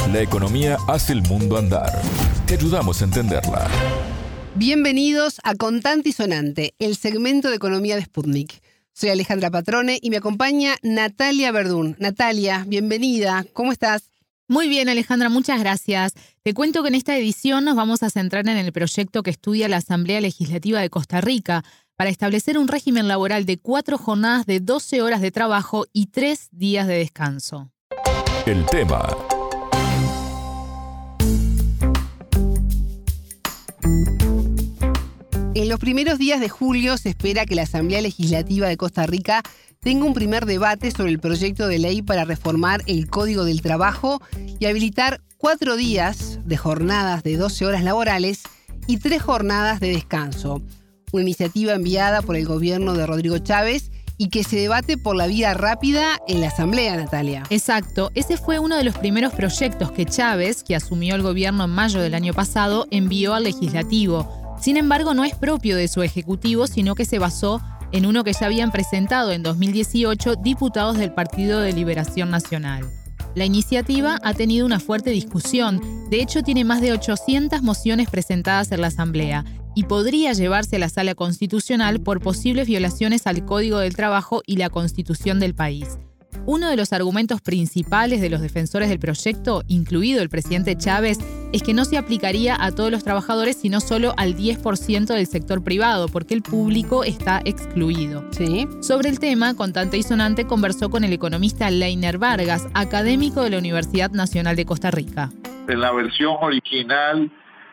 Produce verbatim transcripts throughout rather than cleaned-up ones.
La economía hace el mundo andar. Te ayudamos a entenderla. Bienvenidos a Contante y Sonante, el segmento de economía de Sputnik. Soy Alejandra Patrone y me acompaña Natalia Verdún. Natalia, bienvenida. ¿Cómo estás? Muy bien, Alejandra, muchas gracias. Te cuento que en esta edición nos vamos a centrar en el proyecto que estudia la Asamblea Legislativa de Costa Rica para establecer un régimen laboral de cuatro jornadas de doce horas de trabajo y tres días de descanso. El tema. En los primeros días de julio se espera que la Asamblea Legislativa de Costa Rica tenga un primer debate sobre el proyecto de ley para reformar el Código del Trabajo y habilitar cuatro días de jornadas de doce horas laborales y tres jornadas de descanso. Una iniciativa enviada por el gobierno de Rodrigo Chávez y que se debate por la vía rápida en la Asamblea, Natalia. Exacto. Ese fue uno de los primeros proyectos que Chávez, que asumió el gobierno en mayo del año pasado, envió al Legislativo. Sin embargo, no es propio de su ejecutivo, sino que se basó en uno que ya habían presentado en dos mil dieciocho diputados del Partido de Liberación Nacional. La iniciativa ha tenido una fuerte discusión. De hecho, tiene más de ochocientas mociones presentadas en la Asamblea y podría llevarse a la Sala Constitucional por posibles violaciones al Código del Trabajo y la Constitución del país. Uno de los argumentos principales de los defensores del proyecto, incluido el presidente Chávez, es que no se aplicaría a todos los trabajadores, sino solo al diez por ciento del sector privado, porque el público está excluido. ¿Sí? Sobre el tema, Contante y Sonante conversó con el economista Leiner Vargas, académico de la Universidad Nacional de Costa Rica. En la versión original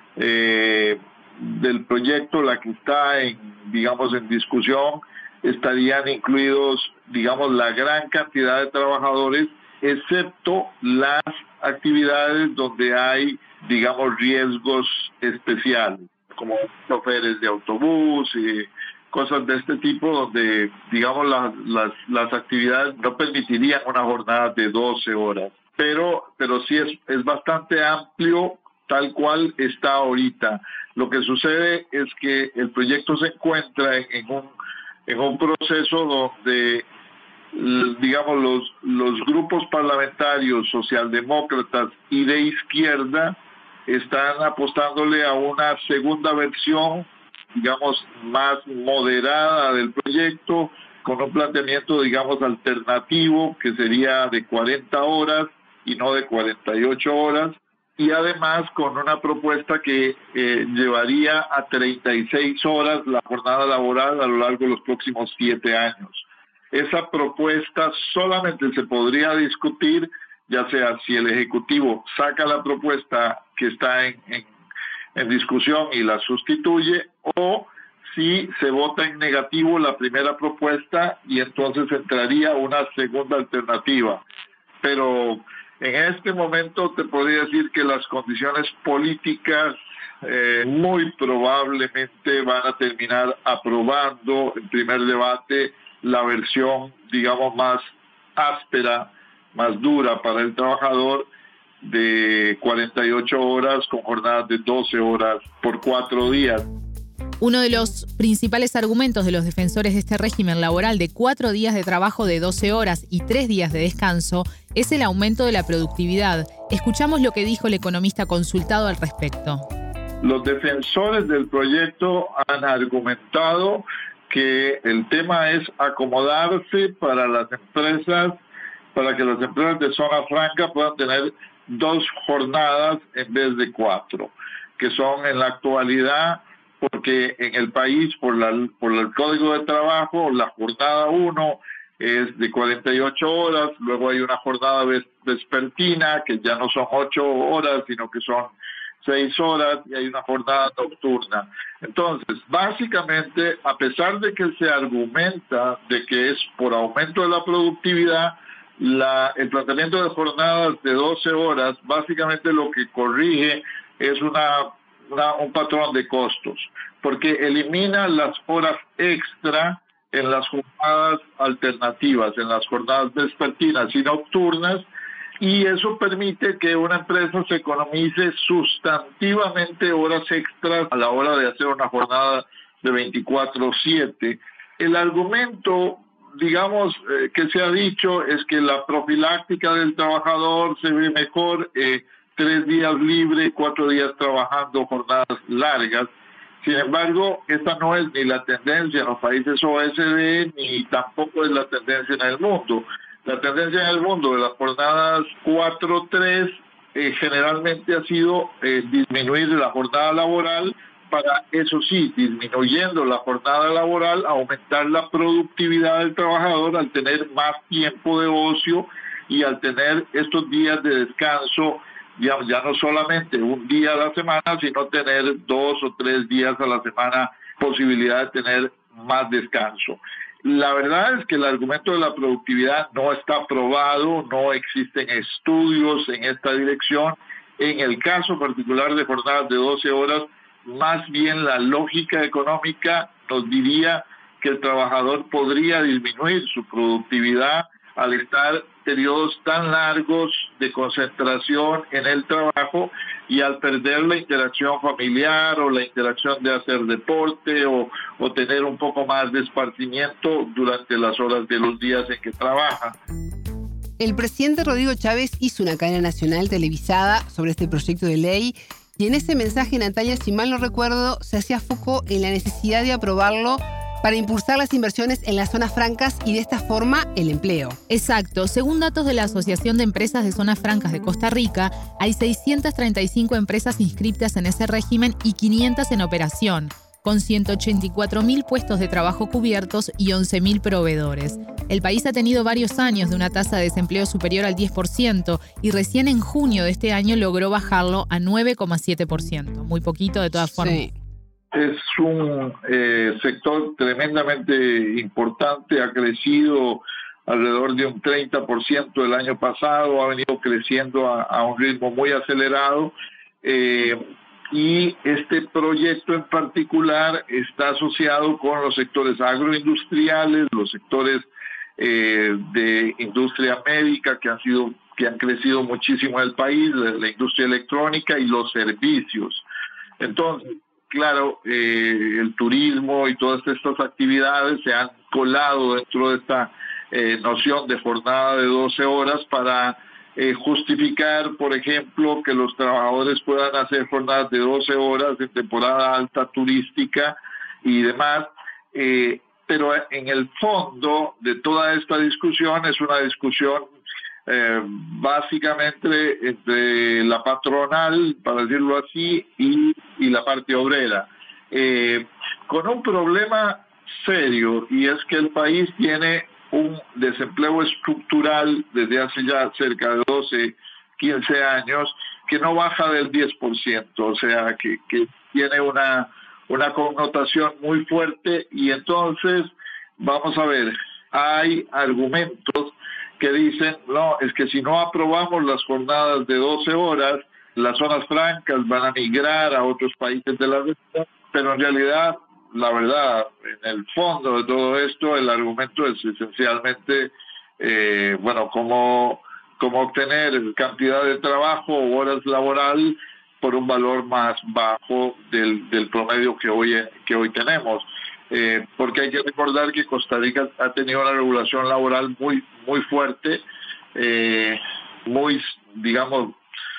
eh, del proyecto, la que está en, digamos, en discusión, estarían incluidos, digamos, la gran cantidad de trabajadores, excepto las actividades donde hay, digamos, riesgos especiales, como choferes de autobús y cosas de este tipo, donde, digamos, la, las, las actividades no permitirían una jornada de doce horas. Pero, pero sí es, es bastante amplio, tal cual está ahorita. Lo que sucede es que el proyecto se encuentra en, en un en un proceso donde, digamos, los, los grupos parlamentarios socialdemócratas y de izquierda están apostándole a una segunda versión, digamos, más moderada del proyecto, con un planteamiento, digamos, alternativo, que sería de cuarenta horas y no de cuarenta y ocho horas, y además con una propuesta que eh, llevaría a treinta y seis horas la jornada laboral a lo largo de los próximos siete años. Esa propuesta solamente se podría discutir, ya sea si el Ejecutivo saca la propuesta que está en, en, en discusión y la sustituye, o si se vota en negativo la primera propuesta y entonces entraría una segunda alternativa. Pero en este momento te podría decir que las condiciones políticas eh, muy probablemente van a terminar aprobando en primer debate la versión, digamos, más áspera, más dura para el trabajador, de cuarenta y ocho horas con jornadas de doce horas por cuatro días. Uno de los principales argumentos de los defensores de este régimen laboral de cuatro días de trabajo de doce horas y tres días de descanso es el aumento de la productividad. Escuchamos lo que dijo el economista consultado al respecto. Los defensores del proyecto han argumentado que el tema es acomodarse para las empresas, para que las empresas de zona franca puedan tener dos jornadas en vez de cuatro, que son en la actualidad, porque en el país, por, la, por el Código de Trabajo, la jornada uno es de cuarenta y ocho horas, luego hay una jornada vespertina, que ya no son ocho horas, sino que son seis horas, y hay una jornada nocturna. Entonces, básicamente, a pesar de que se argumenta de que es por aumento de la productividad, la, el planteamiento de jornadas de doce horas, básicamente lo que corrige es una Una, un patrón de costos, porque elimina las horas extra en las jornadas alternativas, en las jornadas vespertinas y nocturnas, y eso permite que una empresa se economice sustantivamente horas extras a la hora de hacer una jornada de veinticuatro siete. El argumento, digamos, eh, que se ha dicho es que la profiláctica del trabajador se ve mejor, eh, tres días libre, cuatro días trabajando, jornadas largas. Sin embargo, esta no es ni la tendencia en los países O E C D, ni tampoco es la tendencia en el mundo. La tendencia en el mundo de las jornadas cuatro tres eh, generalmente ha sido eh, disminuir la jornada laboral para, eso sí, disminuyendo la jornada laboral, aumentar la productividad del trabajador al tener más tiempo de ocio y al tener estos días de descanso, ya, ya no solamente un día a la semana, sino tener dos o tres días a la semana posibilidad de tener más descanso. La verdad es que el argumento de la productividad no está probado, no existen estudios en esta dirección. En el caso particular de jornadas de doce horas, más bien la lógica económica nos diría que el trabajador podría disminuir su productividad al estar periodos tan largos de concentración en el trabajo y al perder la interacción familiar o la interacción de hacer deporte o, o tener un poco más de esparcimiento durante las horas de los días en que trabaja. El presidente Rodrigo Chávez hizo una cadena nacional televisada sobre este proyecto de ley y en ese mensaje, Natalia, si mal no recuerdo, se hacía foco en la necesidad de aprobarlo para impulsar las inversiones en las zonas francas y de esta forma el empleo. Exacto. Según datos de la Asociación de Empresas de Zonas Francas de Costa Rica, hay seiscientas treinta y cinco empresas inscritas en ese régimen y quinientas en operación, con ciento ochenta y cuatro mil puestos de trabajo cubiertos y once mil proveedores. El país ha tenido varios años de una tasa de desempleo superior al diez por ciento y recién en junio de este año logró bajarlo a nueve coma siete por ciento. Muy poquito de todas formas. Sí. Es un eh, sector tremendamente importante, ha crecido alrededor de un treinta por ciento el año pasado, ha venido creciendo a, a un ritmo muy acelerado eh, y este proyecto en particular está asociado con los sectores agroindustriales, los sectores eh, de industria médica que han sido que han crecido muchísimo en el país, la, la industria electrónica y los servicios. Entonces, claro, eh, el turismo y todas estas actividades se han colado dentro de esta eh, noción de jornada de doce horas para eh, justificar, por ejemplo, que los trabajadores puedan hacer jornadas de doce horas en temporada alta turística y demás. Eh, pero en el fondo de toda esta discusión es una discusión Eh, básicamente entre la patronal, para decirlo así, y, y la parte obrera, eh, con un problema serio, y es que el país tiene un desempleo estructural desde hace ya cerca de doce, quince años, que no baja del diez por ciento, o sea, que, que tiene una, una connotación muy fuerte, y entonces, vamos a ver, hay argumentos que dicen, no, es que si no aprobamos las jornadas de doce horas, las zonas francas van a migrar a otros países de la región, pero en realidad, la verdad, en el fondo de todo esto, el argumento es esencialmente, eh, bueno, cómo, cómo obtener cantidad de trabajo o horas laboral por un valor más bajo del, del promedio que hoy, que hoy tenemos. Eh, porque hay que recordar que Costa Rica ha tenido una regulación laboral muy muy fuerte, eh, muy, digamos,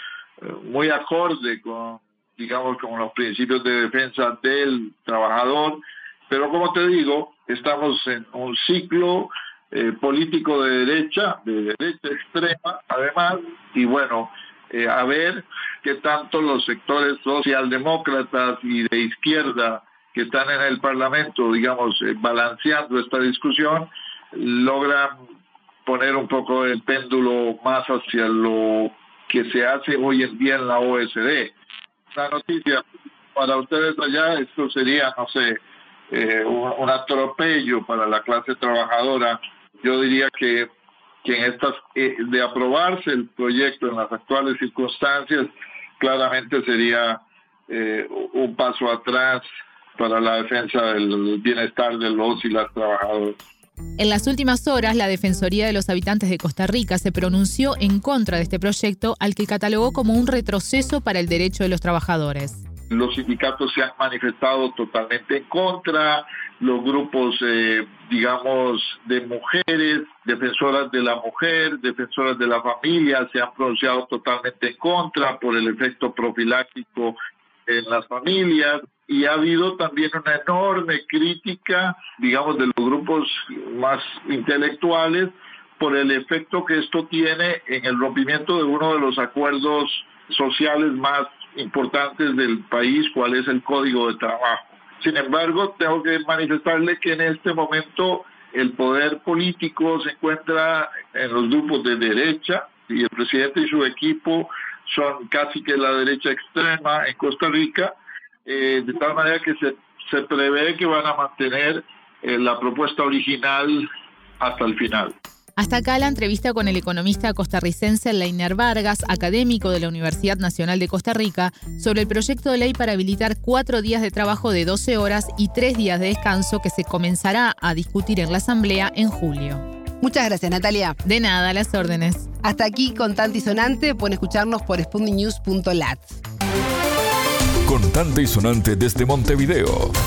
muy acorde con, digamos, con los principios de defensa del trabajador, pero como te digo, estamos en un ciclo eh, político de derecha, de derecha extrema, además, y bueno, eh, a ver qué tanto los sectores socialdemócratas y de izquierda que están en el Parlamento, digamos, eh, balanceando esta discusión, logran poner un poco el péndulo más hacia lo que se hace hoy en día en la O E C D. La noticia para ustedes allá, esto sería, no sé, eh, un, un atropello para la clase trabajadora. Yo diría que, que en estas, eh, de aprobarse el proyecto en las actuales circunstancias, claramente sería eh, un paso atrás para la defensa del bienestar de los y las trabajadoras. En las últimas horas, la Defensoría de los Habitantes de Costa Rica se pronunció en contra de este proyecto, al que catalogó como un retroceso para el derecho de los trabajadores. Los sindicatos se han manifestado totalmente en contra, los grupos, eh, digamos, de mujeres, defensoras de la mujer, defensoras de la familia, se han pronunciado totalmente en contra por el efecto profiláctico en las familias, y ha habido también una enorme crítica, digamos, de los grupos más intelectuales por el efecto que esto tiene en el rompimiento de uno de los acuerdos sociales más importantes del país, cuál es el Código de Trabajo. Sin embargo, tengo que manifestarle que en este momento el poder político se encuentra en los grupos de derecha y el presidente y su equipo son casi que la derecha extrema en Costa Rica, eh, de tal manera que se, se prevé que van a mantener eh, la propuesta original hasta el final. Hasta acá la entrevista con el economista costarricense Leiner Vargas, académico de la Universidad Nacional de Costa Rica, sobre el proyecto de ley para habilitar cuatro días de trabajo de doce horas y tres días de descanso que se comenzará a discutir en la Asamblea en julio. Muchas gracias, Natalia. De nada, a las órdenes. Hasta aquí Contante y Sonante. Pueden escucharnos por sputnik news punto lat. Contante y Sonante desde Montevideo.